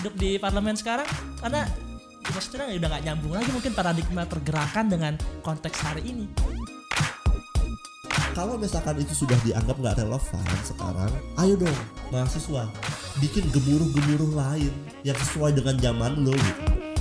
hidup di parlemen sekarang karena maksudnya udah nggak nyambung lagi mungkin paradigma pergerakan dengan konteks hari ini. Kalau misalkan itu sudah dianggap nggak relevan sekarang, ayo dong mahasiswa bikin gemuruh-gemuruh lain yang sesuai dengan zaman lo gitu.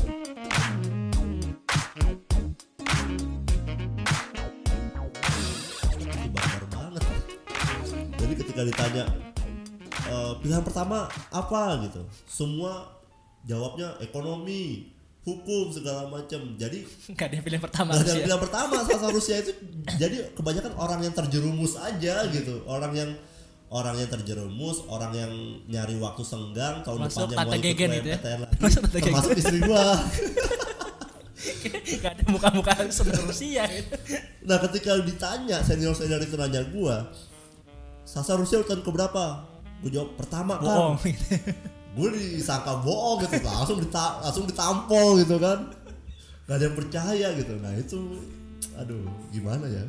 Itu barbar banget. Jadi ketika ditanya pilihan pertama apa gitu, semua jawabnya ekonomi, hukum segala macam. Jadi Nggak ada pilihan pertama. nggak ada pilihan pertama. Sasar Rusia itu jadi kebanyakan orang yang terjerumus aja gitu, orang yang terjerumus, orang yang nyari waktu senggang tahun Masuk depannya mau ikut PTN lagi, termasuk istri gua. Gak ada muka-muka senang Rusia gitu. Nah ketika ditanya senior itu nanya gua, Sasar Rusia urutan keberapa? Gue jawab pertama kan. Bohong. Gue disangka bohong gitu, langsung ditampol gitu kan. Gak ada yang percaya gitu. Nah itu, aduh gimana ya.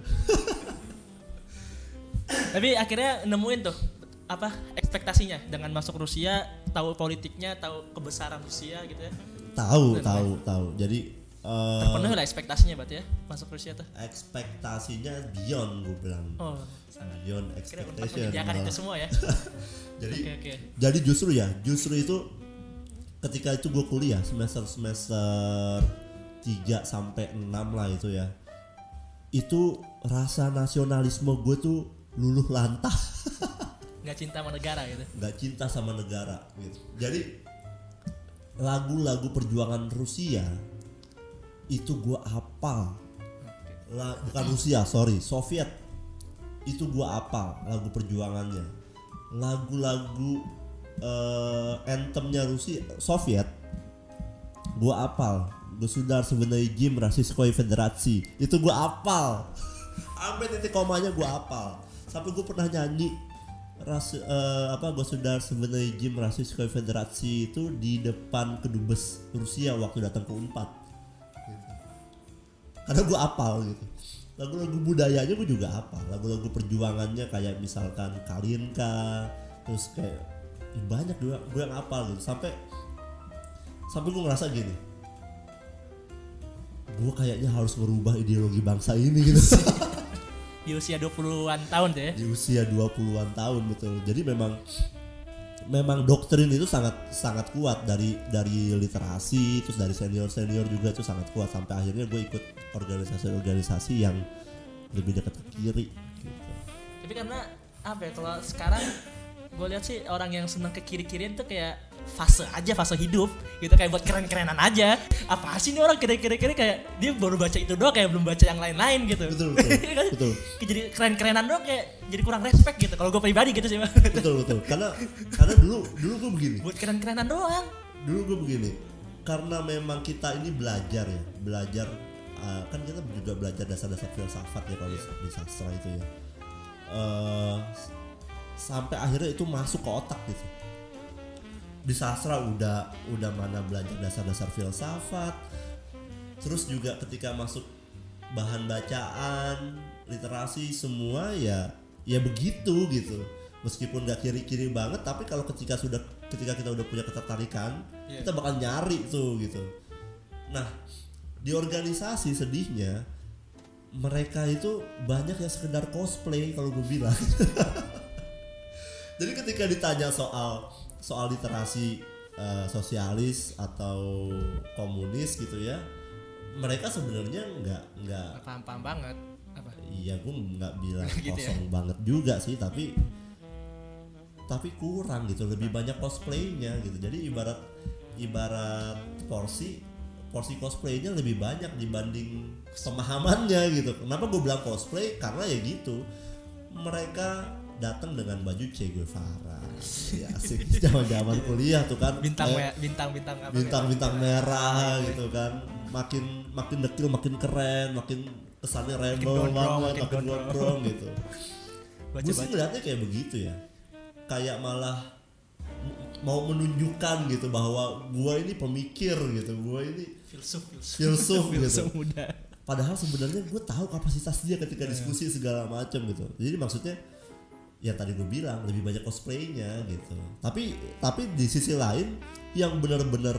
Tapi akhirnya nemuin tuh apa ekspektasinya dengan masuk Rusia, tahu politiknya, tahu kebesaran Rusia gitu ya. Tahu. Jadi terpenuhi lah ekspektasinya berarti ya masuk Rusia tuh. ekspektasinya beyond gue bilang. Oh, Beyond kira untuk expectation. menyediakan itu semua ya. Jadi Oke. jadi justru itu ketika itu gue kuliah semester 3 sampai 6 lah itu ya. Itu rasa nasionalisme gue tuh luluh lantah. Nggak cinta sama negara gitu. Nggak cinta sama negara gitu. Jadi lagu-lagu perjuangan Rusia itu gue hafal. Bukan Rusia, Soviet. Itu gue hafal lagu perjuangannya. Lagu-lagu anthemnya Rusia Soviet gue hafal. Государственный гимн Российской Федерации itu gue hafal. Sampai titik komanya gue hafal. Sampai gue pernah nyanyi Государственный гимн Российской Федерации itu di depan kedubes Rusia waktu datang ke UNPAD gitu. Karena gue hafal gitu. Lagu-lagu budayanya gue juga hafal. Lagu-lagu perjuangannya kayak misalkan Kalinka, terus kayak banyak gue yang hafal gitu. Sampai gue ngerasa gini, gue kayaknya harus merubah ideologi bangsa ini gitu. Di usia 20-an tahun tuh ya. Di usia 20-an tahun betul. Jadi memang doktrin itu sangat kuat dari literasi, terus dari senior juga itu sangat kuat sampai akhirnya gue ikut organisasi yang lebih dekat ke kiri gitu. Tapi karena apa ya, kalau sekarang gue lihat sih orang yang seneng ke kiri-kirian tuh kayak fase hidup gitu, kayak buat keren-kerenan aja. Apa sih ini orang kiri-kiri kayak dia baru baca itu doang, kayak belum baca yang lain-lain gitu. Betul. Jadi keren-kerenan doang kayak jadi kurang respect gitu kalau gue pribadi gitu sih. Betul. Karena dulu gue begini. Buat keren-kerenan doang. Dulu gue begini. Karena memang kita ini belajar kan kita juga belajar dasar-dasar filsafat ya kalau di sastra itu ya. Sampai akhirnya itu masuk ke otak gitu. Di sastra udah mana belajar dasar-dasar filsafat. Terus juga ketika masuk bahan bacaan, literasi semua ya begitu gitu. Meskipun gak kiri-kiri banget, tapi kalau ketika kita udah punya ketertarikan, kita bakal nyari tuh gitu. Nah, di organisasi sedihnya mereka itu banyak yang sekedar cosplay kalau gue bilang. Jadi ketika ditanya soal literasi sosialis atau komunis gitu ya, mereka sebenarnya nggak paham banget apa? Iya, gue nggak bilang gitu kosong ya? Banget juga sih, tapi kurang gitu, lebih banyak cosplaynya gitu. Jadi ibarat porsi cosplaynya lebih banyak dibanding pemahamannya gitu. Kenapa gue bilang cosplay? Karena ya gitu, mereka datang dengan baju Che Guevara. Ya asik, zaman kuliah tuh kan. Bintang merah gitu kan. Makin dekil makin keren, makin kesannya rebel banget, makin gondrong gitu. Gue sih ngeliatnya kayak begitu ya. Kayak malah mau menunjukkan gitu bahwa gue ini pemikir gitu, gue ini filsuf gitu. Muda. Padahal sebenarnya gue tahu kapasitas dia ketika diskusi segala macam gitu. Jadi maksudnya ya tadi gue bilang lebih banyak cosplaynya gitu. Tapi di sisi lain yang benar-benar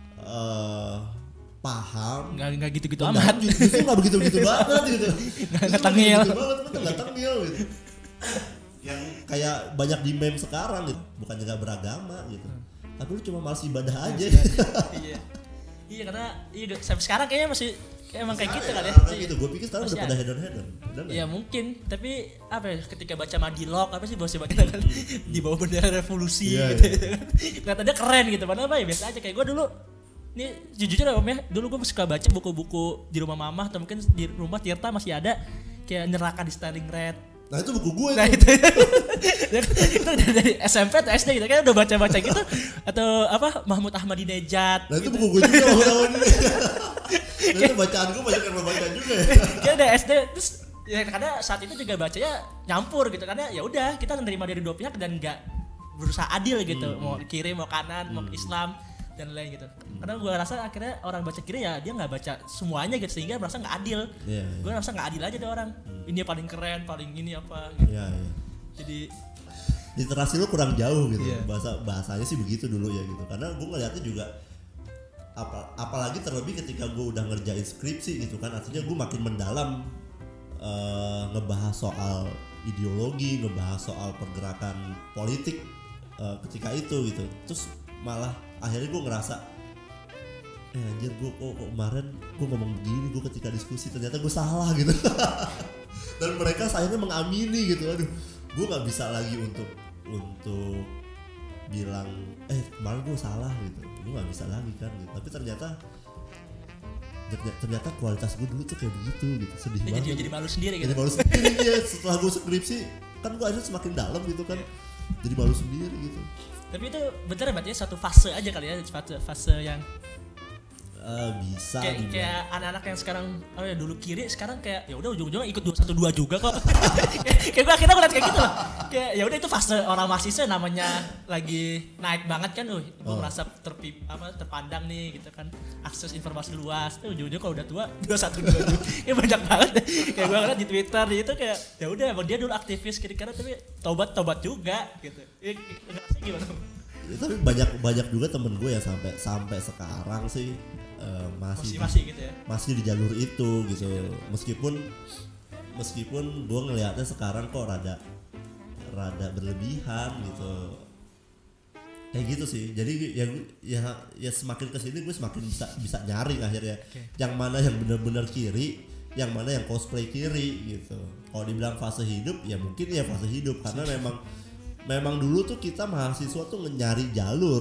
paham nggak gitu-gitu amat, justru nggak begitu-begitu banget gitu, nggak tengil gitu. Yang kayak banyak di meme sekarang gitu, bukannya nggak beragama gitu, tapi lu cuma malas ibadah aja. Iya karena sampai sekarang kayaknya masih emang kayak gitu kali ya. Gitu. Gue pikir sekarang udah pada hedon. Ya mungkin, tapi apa ya, ketika baca Madilog apa sih baca di bawah bendera revolusi gitu. Kelihatannya keren gitu, padahal apa ya biasa aja. Kayak gue dulu, ini jujur ya Om ya, dulu gue suka baca buku-buku di rumah mama atau mungkin di rumah Tirta masih ada kayak Neraka di Stalingrad. Nah itu buku gue nah, itu dari SMP atau SD gitu kan udah baca-baca gitu. Atau apa Mahmud Ahmadinejad. Nah itu buku gue juga Mahmud Ahmadinejad. Nah itu bacaan gue banyak yang baca juga ya. Kayak udah SD terus ya, karena saat itu juga bacanya nyampur gitu, karena ya udah kita menerima dari dua pihak dan nggak berusaha adil gitu, mau kiri mau kanan mau Islam dan lain gitu. Karena gue rasa akhirnya orang baca kiri ya dia nggak baca semuanya gitu, sehingga merasa nggak adil. Gue merasa nggak adil aja deh orang. Ini yang paling keren, paling ini apa gitu. Jadi literasi lu kurang jauh gitu. Bahasanya sih begitu dulu ya gitu. Karena gue ngeliatnya juga apalagi terlebih ketika gue udah ngerjain skripsi gitu kan, artinya gue makin mendalam ngebahas soal ideologi, ngebahas soal pergerakan politik ketika itu gitu. Terus malah akhirnya gue ngerasa anjir gue kok kemarin gue ngomong begini, gue ketika diskusi ternyata gue salah gitu. Dan mereka sayangnya mengamini gitu. Aduh, gue nggak bisa lagi untuk bilang kemarin gue salah gitu, gue nggak bisa lagi kan gitu. Tapi ternyata kualitas gue dulu tuh kayak begitu gitu, sedih banget. Jadi malu sendiri gitu. Jadi malu sendiri ya, setelah gue skripsi kan gue akhirnya semakin dalam gitu kan. Jadi malu sendiri gitu. Tapi itu bener berarti satu fase aja kali ya, fase yang bisa kayak anak-anak yang sekarang dulu kiri sekarang kayak ya udah ujung-ujungnya ikut 212 juga kok. Kayak gue akhirnya ngeliat kayak gitu loh. Kayak ya udah itu fase orang mahasiswa namanya lagi naik banget kan, gue merasa terpandang nih gitu kan, akses informasi luas. Ujung-ujungnya kalau udah tua 212 ya banyak banget. Kayak gue ngeliat di Twitter itu kayak ya udah emang dia dulu aktivis kiri kanan tapi tobat juga gitu. Ngerasa gimana? Ya, tapi banyak juga temen gue yang sampai sekarang sih masih gitu ya. Masih di jalur itu gitu. Meskipun gue ngelihatnya sekarang kok rada berlebihan gitu. Kayak gitu sih. Jadi ya semakin kesini gue semakin bisa nyaring akhirnya. Yang mana yang benar-benar kiri, yang mana yang cosplay kiri gitu. Kalau dibilang fase hidup ya mungkin ya fase hidup, karena memang dulu tuh kita mahasiswa tuh nyari jalur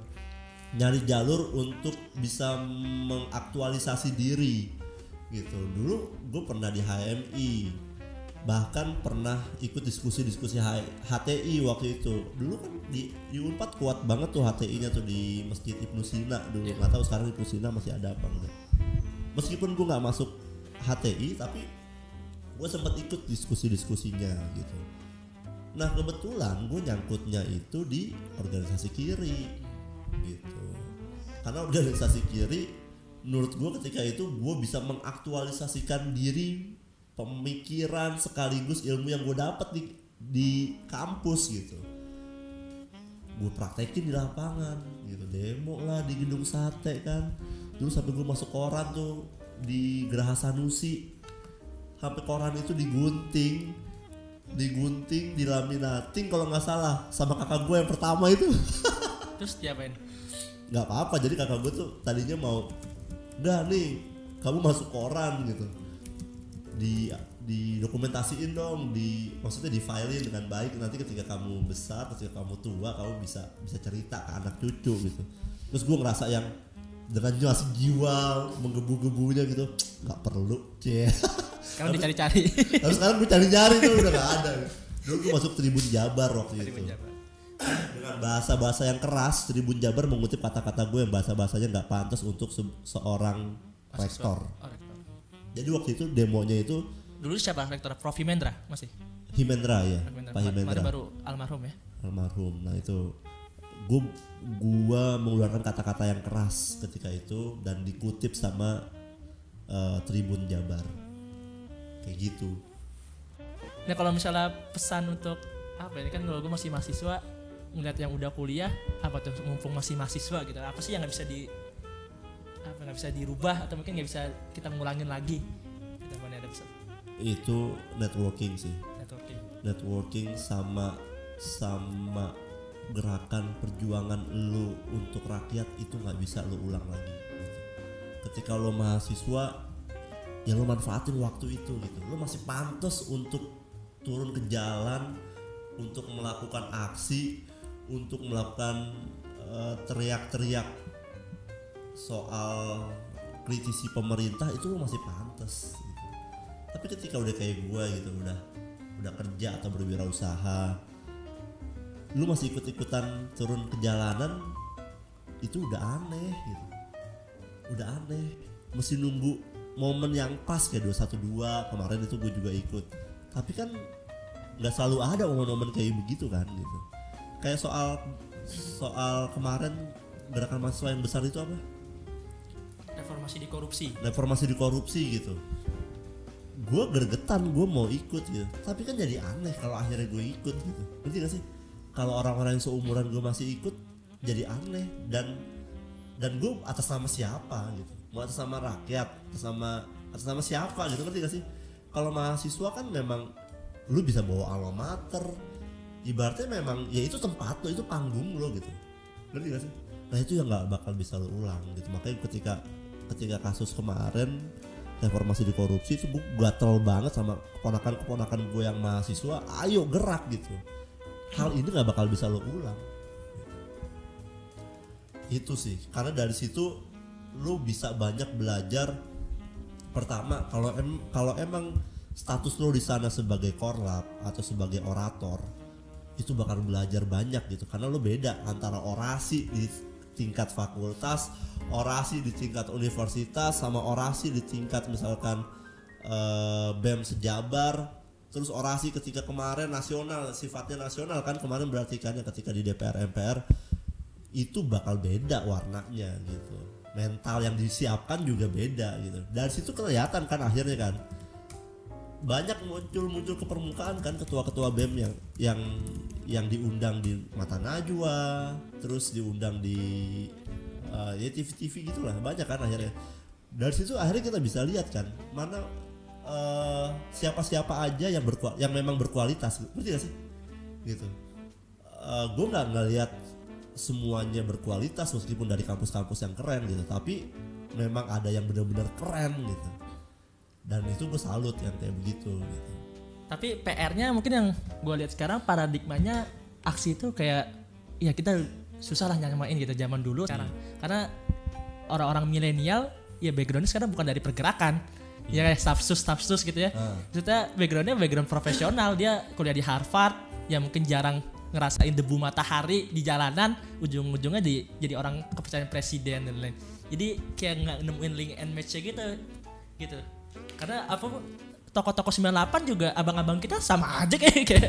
untuk bisa mengaktualisasi diri gitu. Dulu gue pernah di HMI, bahkan pernah ikut diskusi HTI waktu itu. Dulu kan di Unpad kuat banget tuh HTI-nya tuh di Masjid Ibnu Sina dulu. Nggak tahu sekarang Ibnu Sina masih ada apa enggak. Meskipun gue nggak masuk HTI, tapi gue sempat ikut diskusinya gitu. Nah kebetulan gue nyangkutnya itu di organisasi kiri gitu. Karena organisasi kiri menurut gue ketika itu gue bisa mengaktualisasikan diri, pemikiran sekaligus ilmu yang gue dapat di kampus gitu. Gue praktekin di lapangan gitu, demo lah di gedung sate kan. Dulu sampai gue masuk koran tuh di Geraha Sanusi, sampai koran itu digunting, dilaminating kalau nggak salah sama kakak gue yang pertama itu. Terus diapain? Nggak apa-apa, jadi kakak gue tuh tadinya mau udah nih kamu masuk koran gitu, di dokumentasiin dong, maksudnya di filein dengan baik, nanti ketika kamu besar, ketika kamu tua kamu bisa cerita ke anak cucu gitu. Terus gue ngerasa yang dengan masih jiwa menggebu-gebunya gitu, nggak perlu sekarang dicari-cari. Terus sekarang gue cari-cari tuh udah nggak ada. Dulu gue masuk Tribun Jabar waktu itu. Dengan bahasa-bahasa yang keras, Tribun Jabar mengutip kata-kata gue yang bahasa-bahasanya nggak pantas untuk seorang rektor. Jadi waktu itu demonya itu dulu siapa rektor? Prof Himendra masih? Himendra ya, Pak Himendra. Baru almarhum ya. Almarhum. Nah itu gue mengeluarkan kata-kata yang keras ketika itu dan dikutip sama Tribun Jabar. Kayak gitu. Nah kalau misalnya pesan untuk apa ini kan kalau gue masih mahasiswa ngeliat yang udah kuliah apa tuh mumpung masih mahasiswa gitu apa sih yang nggak bisa dirubah atau mungkin nggak bisa kita ngulangin lagi kita mana ada bisa Itu networking sih, networking sama gerakan perjuangan lu untuk rakyat itu nggak bisa lu ulang lagi gitu. Ketika lu mahasiswa ya lu manfaatin waktu itu gitu, lu masih pantas untuk turun ke jalan, untuk melakukan aksi, untuk melakukan teriak-teriak soal kritisi pemerintah, itu lu masih pantas gitu. Tapi ketika udah kayak gue gitu, udah kerja atau berwirausaha, lu masih ikut-ikutan turun ke jalanan, itu udah aneh gitu. Udah aneh, mesti nunggu momen yang pas kayak 212 kemarin itu gue juga ikut. Tapi kan nggak selalu ada momen-momen kayak begitu kan gitu. Kayak soal kemarin gerakan mahasiswa yang besar itu apa? Reformasi di korupsi gitu. Gue gergetan, gue mau ikut gitu. Tapi kan jadi aneh kalau akhirnya gue ikut gitu. Ngerti gak sih? Kalau orang-orang yang seumuran gue masih ikut, jadi aneh. Dan gue atas nama siapa gitu? Mau atas nama rakyat, atas nama siapa gitu, ngerti gak sih? Kalau mahasiswa kan memang lu bisa bawa alma mater, ibaratnya memang ya itu tempat lo, itu panggung lo gitu, ngerti gak sih? Nah itu yang nggak bakal bisa lo ulang gitu. Makanya ketika kasus kemarin reformasi di korupsi itu gue gatel banget sama keponakan gue yang mahasiswa, ayo gerak gitu. Hal ini nggak bakal bisa lo ulang. Itu sih, karena dari situ lu bisa banyak belajar. Pertama, kalau emang status lu di sana sebagai korlap atau sebagai orator, itu bakal belajar banyak gitu. Karena lu beda antara orasi di tingkat fakultas, orasi di tingkat universitas, sama orasi di tingkat misalkan BEM sejabar, terus orasi ketika kemarin nasional, sifatnya nasional kan kemarin berarti kan ketika di DPR MPR itu bakal beda warnanya gitu. Mental yang disiapkan juga beda gitu. Dari situ kelihatan kan akhirnya kan banyak muncul ke permukaan kan ketua-ketua BEM yang diundang di Mata Najwa, terus diundang di ya TV-TV gitulah, banyak kan akhirnya. Dari situ akhirnya kita bisa lihat kan mana siapa-siapa aja yang memang berkualitas, ngerti gak sih? Gitu. Gue nggak ngelihat semuanya berkualitas meskipun dari kampus-kampus yang keren gitu, tapi memang ada yang benar-benar keren gitu, dan itu gue salut yang kayak begitu gitu. Tapi PR-nya mungkin yang gue lihat sekarang paradigmanya aksi itu kayak ya kita susah lah nyamain gitu zaman dulu sekarang, karena orang-orang milenial ya backgroundnya sekarang bukan dari pergerakan, ya kayak staff-sus gitu ya. Maksudnya background profesional, dia kuliah di Harvard, ya mungkin jarang ngerasain debu matahari di jalanan, ujung-ujungnya jadi orang kepercayaan presiden dan lain. Jadi kayak nggak nemuin link and match-nya gitu. Karena apa tokoh-tokoh 98 juga abang-abang kita sama aja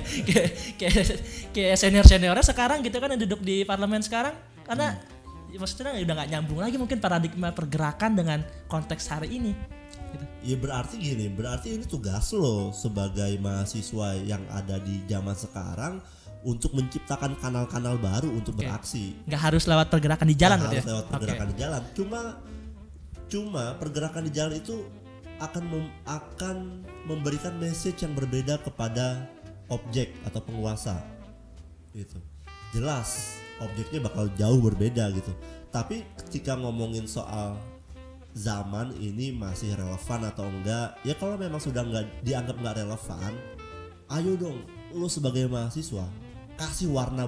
kayak senior-seniornya sekarang gitu kan yang duduk di parlemen sekarang. Karena maksudnya udah nggak nyambung lagi mungkin paradigma pergerakan dengan konteks hari ini. Gitu. Ya berarti ini tugas lo sebagai mahasiswa yang ada di zaman sekarang untuk menciptakan kanal-kanal baru untuk beraksi. Nggak harus lewat pergerakan di jalan, harus lewat pergerakan di jalan. Cuma pergerakan di jalan itu akan memberikan message yang berbeda kepada objek atau penguasa. Gitu. Jelas objeknya bakal jauh berbeda gitu. Tapi ketika ngomongin soal zaman ini masih relevan atau enggak, ya kalau memang sudah dianggap nggak relevan, ayo dong lu sebagai mahasiswa kasih warna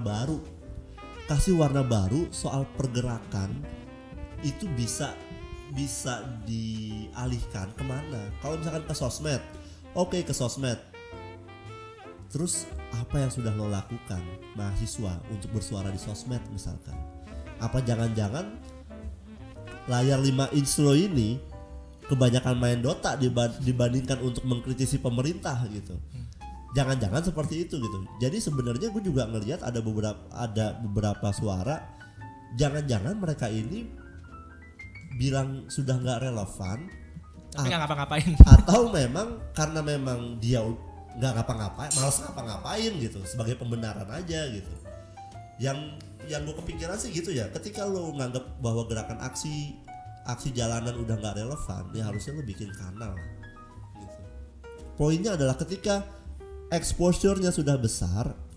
baru soal pergerakan. Itu bisa dialihkan kemana? Kalau misalkan ke sosmed, oke, ke sosmed. Terus apa yang sudah lo lakukan mahasiswa untuk bersuara di sosmed misalkan? Apa jangan-jangan layar 5 inch lo ini kebanyakan main Dota dibandingkan untuk mengkritisi pemerintah gitu? Jangan-jangan seperti itu gitu. Jadi sebenarnya gue juga ngelihat ada beberapa suara, jangan-jangan mereka ini bilang sudah nggak relevan, tapi nggak ngapa-ngapain, atau memang karena memang dia nggak ngapa-ngapain, malas ngapa-ngapain gitu, sebagai pembenaran aja gitu. Yang gue kepikiran sih gitu ya, ketika lo nganggap bahwa gerakan aksi jalanan udah nggak relevan, ya harusnya lo bikin kanal gitu. Poinnya adalah ketika exposure-nya sudah besar,